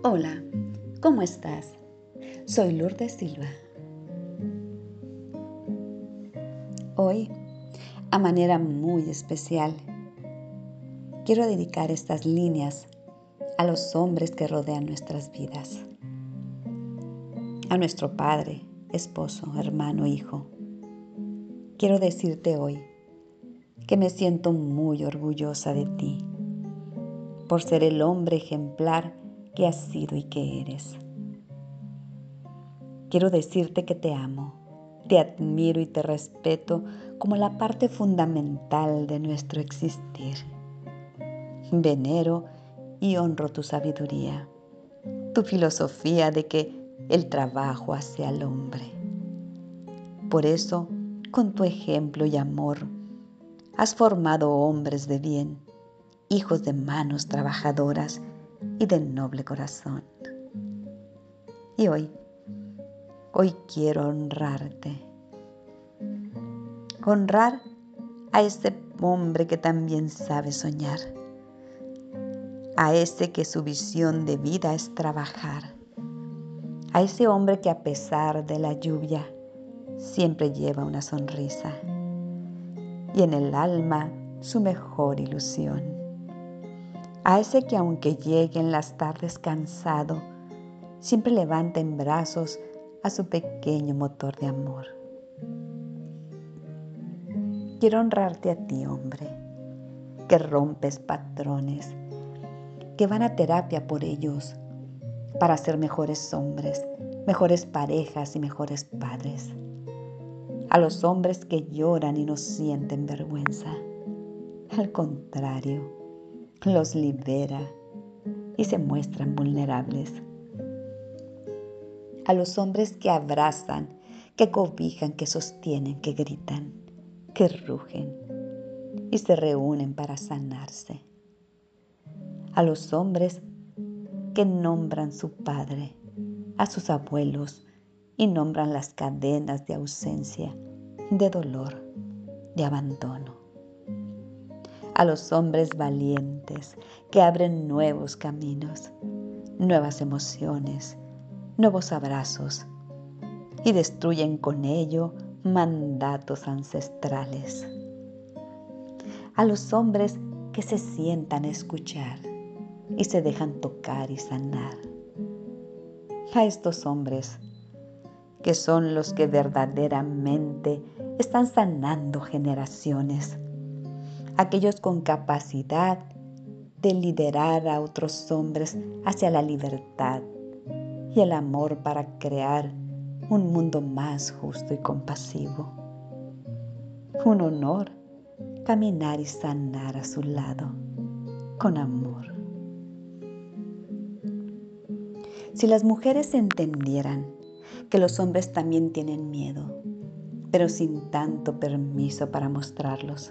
Hola, ¿cómo estás? Soy Lourdes Silva. Hoy, a manera muy especial, quiero dedicar estas líneas a los hombres que rodean nuestras vidas, a nuestro padre, esposo, hermano, hijo. Quiero decirte hoy que me siento muy orgullosa de ti por ser el hombre ejemplar que has sido y que eres. Quiero decirte que te amo, te admiro y te respeto como la parte fundamental de nuestro existir. Venero y honro tu sabiduría, tu filosofía de que el trabajo hace al hombre. Por eso, con tu ejemplo y amor, has formado hombres de bien, hijos de manos trabajadoras y de noble corazón. Y hoy quiero honrarte. Honrar a ese hombre que también sabe soñar, a ese que su visión de vida es trabajar, a ese hombre que a pesar de la lluvia siempre lleva una sonrisa y en el alma su mejor ilusión, a ese que aunque llegue en las tardes cansado, siempre levanta en brazos a su pequeño motor de amor. Quiero honrarte a ti, hombre, que rompes patrones, que van a terapia por ellos, para ser mejores hombres, mejores parejas y mejores padres. A los hombres que lloran y no sienten vergüenza. Al contrario, los libera y se muestran vulnerables. A los hombres que abrazan, que cobijan, que sostienen, que gritan, que rugen y se reúnen para sanarse. A los hombres que nombran su padre, a sus abuelos y nombran las cadenas de ausencia, de dolor, de abandono. A los hombres valientes que abren nuevos caminos, nuevas emociones, nuevos abrazos y destruyen con ello mandatos ancestrales. A los hombres que se sientan a escuchar y se dejan tocar y sanar. A estos hombres que son los que verdaderamente están sanando generaciones. Aquellos con capacidad de liderar a otros hombres hacia la libertad y el amor para crear un mundo más justo y compasivo. Un honor caminar y sanar a su lado con amor. Si las mujeres entendieran que los hombres también tienen miedo, pero sin tanto permiso para mostrarlos,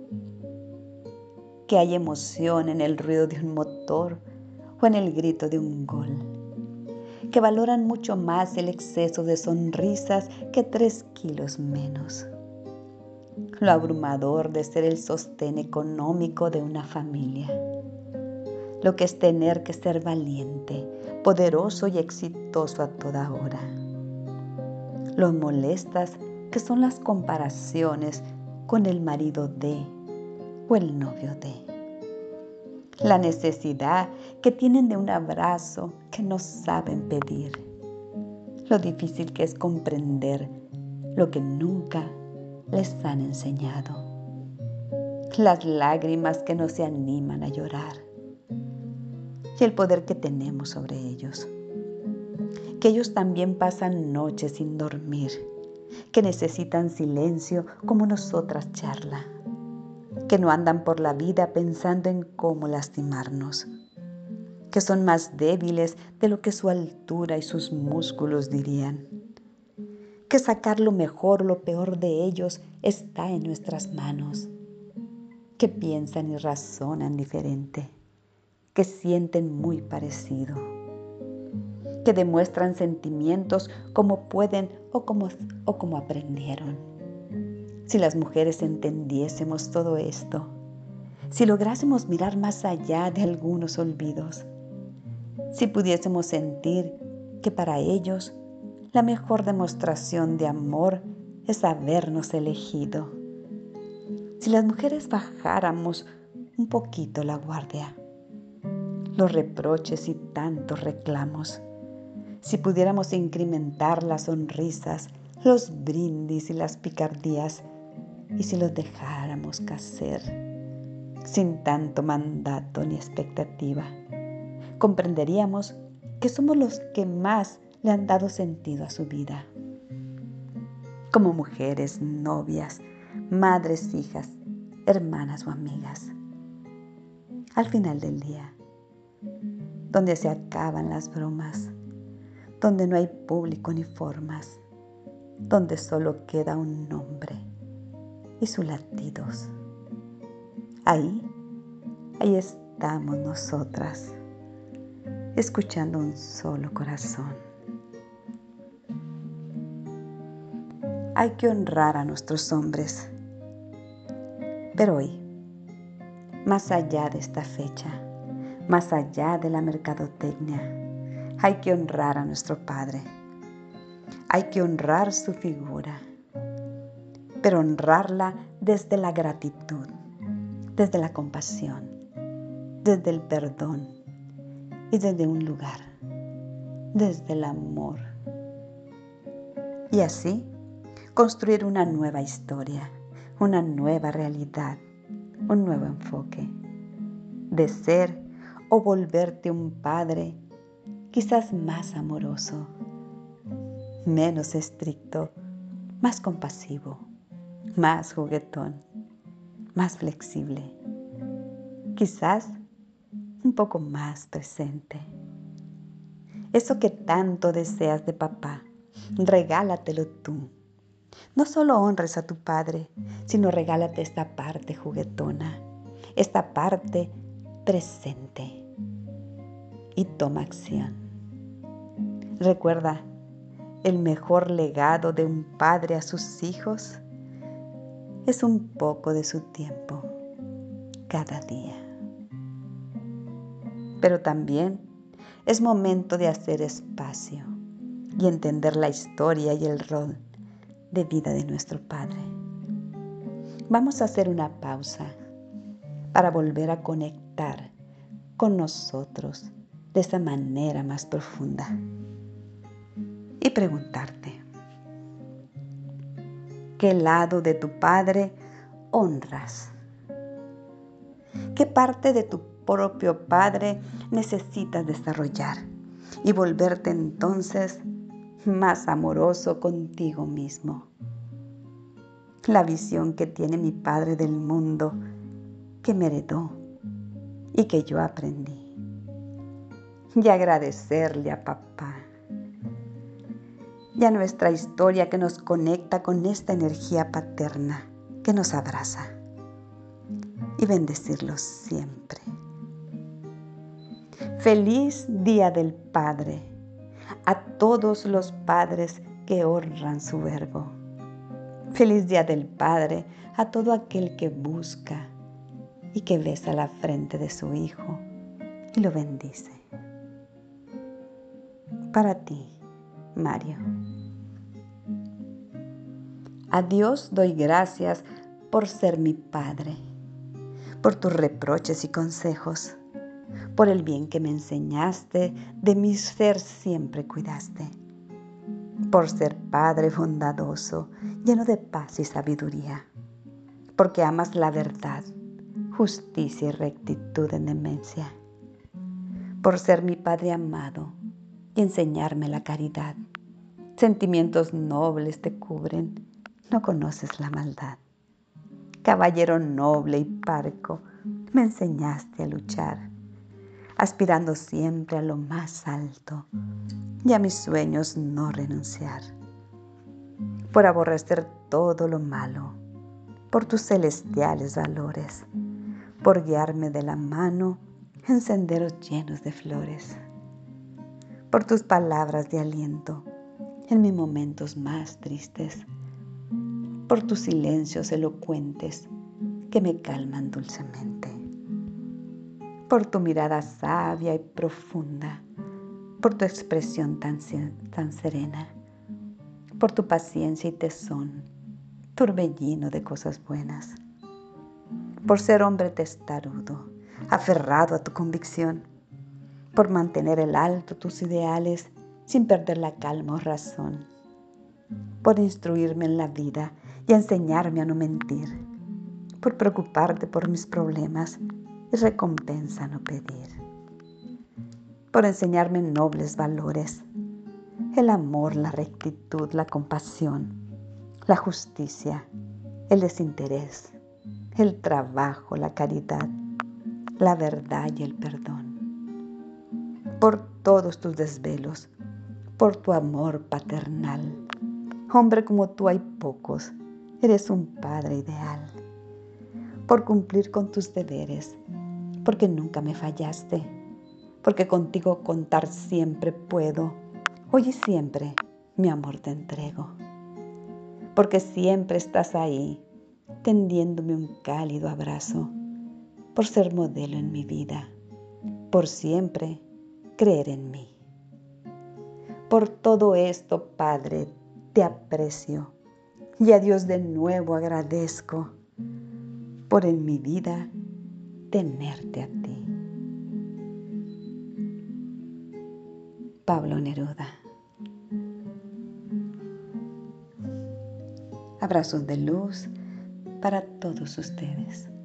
que hay emoción en el ruido de un motor o en el grito de un gol, que valoran mucho más el exceso de sonrisas que 3 kilos menos, lo abrumador de ser el sostén económico de una familia, lo que es tener que ser valiente, poderoso y exitoso a toda hora, lo molestas que son las comparaciones con el marido de o el novio de, la necesidad que tienen de un abrazo que no saben pedir, lo difícil que es comprender lo que nunca les han enseñado, las lágrimas que no se animan a llorar y el poder que tenemos sobre ellos, que ellos también pasan noches sin dormir, que necesitan silencio como nosotras charla, que no andan por la vida pensando en cómo lastimarnos, que son más débiles de lo que su altura y sus músculos dirían, que sacar lo mejor o lo peor de ellos está en nuestras manos, que piensan y razonan diferente, que sienten muy parecido, que demuestran sentimientos como pueden o como aprendieron. Si las mujeres entendiésemos todo esto, si lográsemos mirar más allá de algunos olvidos, Si pudiésemos sentir que para ellos la mejor demostración de amor es habernos elegido. Si las mujeres bajáramos un poquito la guardia, los reproches y tantos reclamos, si pudiéramos incrementar las sonrisas, los brindis y las picardías, y si los dejáramos caer sin tanto mandato ni expectativa, comprenderíamos que somos los que más le han dado sentido a su vida. Como mujeres, novias, madres, hijas, hermanas o amigas. Al final del día, donde se acaban las bromas, donde no hay público ni formas, donde solo queda un nombre y sus latidos. Ahí estamos nosotras, escuchando un solo corazón. Hay que honrar a nuestros hombres, pero hoy, más allá de esta fecha, más allá de la mercadotecnia, hay que honrar a nuestro Padre. Hay que honrar su figura, pero honrarla desde la gratitud, desde la compasión, desde el perdón y desde un lugar, desde el amor. Y así construir una nueva historia, una nueva realidad, un nuevo enfoque de ser o volverte un padre quizás más amoroso, menos estricto, más compasivo, más juguetón, más flexible, quizás un poco más presente. Eso que tanto deseas de papá, regálatelo tú. No solo honres a tu padre, sino regálate esta parte juguetona, esta parte presente, y toma acción. Recuerda, el mejor legado de un padre a sus hijos es un poco de su tiempo cada día. Pero también es momento de hacer espacio y entender la historia y el rol de vida de nuestro Padre. Vamos a hacer una pausa para volver a conectar con nosotros de esa manera más profunda y preguntarte, ¿qué lado de tu Padre honras? ¿Qué parte de tu propio Padre necesitas desarrollar y volverte entonces más amoroso contigo mismo? La visión que tiene mi Padre del mundo, que me heredó y que yo aprendí. Y agradecerle a papá y a nuestra historia que nos conecta con esta energía paterna que nos abraza, y bendecirlos siempre. Feliz Día del Padre a todos los padres que honran su verbo. Feliz Día del Padre a todo aquel que busca y que besa la frente de su hijo y lo bendice. Para ti, Mario. A Dios doy gracias por ser mi Padre, por tus reproches y consejos, por el bien que me enseñaste, de mi ser siempre cuidaste, por ser Padre bondadoso, lleno de paz y sabiduría, porque amas la verdad, justicia y rectitud en demencia, por ser mi Padre amado y enseñarme la caridad. Sentimientos nobles te cubren, no conoces la maldad. Caballero noble y parco, me enseñaste a luchar, aspirando siempre a lo más alto y a mis sueños no renunciar. Por aborrecer todo lo malo, por tus celestiales valores, por guiarme de la mano en senderos llenos de flores, por tus palabras de aliento en mis momentos más tristes, por tus silencios elocuentes que me calman dulcemente, por tu mirada sabia y profunda por tu expresión tan serena, por tu paciencia y tesón, torbellino de cosas buenas, por ser hombre testarudo, aferrado a tu convicción, por mantener el alto tus ideales sin perder la calma o razón, por instruirme en la vida y enseñarme a no mentir, por preocuparte por mis problemas y recompensa no pedir, por enseñarme nobles valores, el amor, la rectitud, la compasión, la justicia, el desinterés, el trabajo, la caridad, la verdad y el perdón, por todos tus desvelos, por tu amor paternal. Hombre como tú hay pocos, eres un padre ideal, por cumplir con tus deberes, porque nunca me fallaste, porque contigo contar siempre puedo, hoy y siempre mi amor te entrego, porque siempre estás ahí, tendiéndome un cálido abrazo, por ser modelo en mi vida, por siempre creer en mí. Por todo esto, Padre, te aprecio y a Dios de nuevo agradezco por en mi vida tenerte a ti. Pablo Neruda. Abrazos de luz para todos ustedes.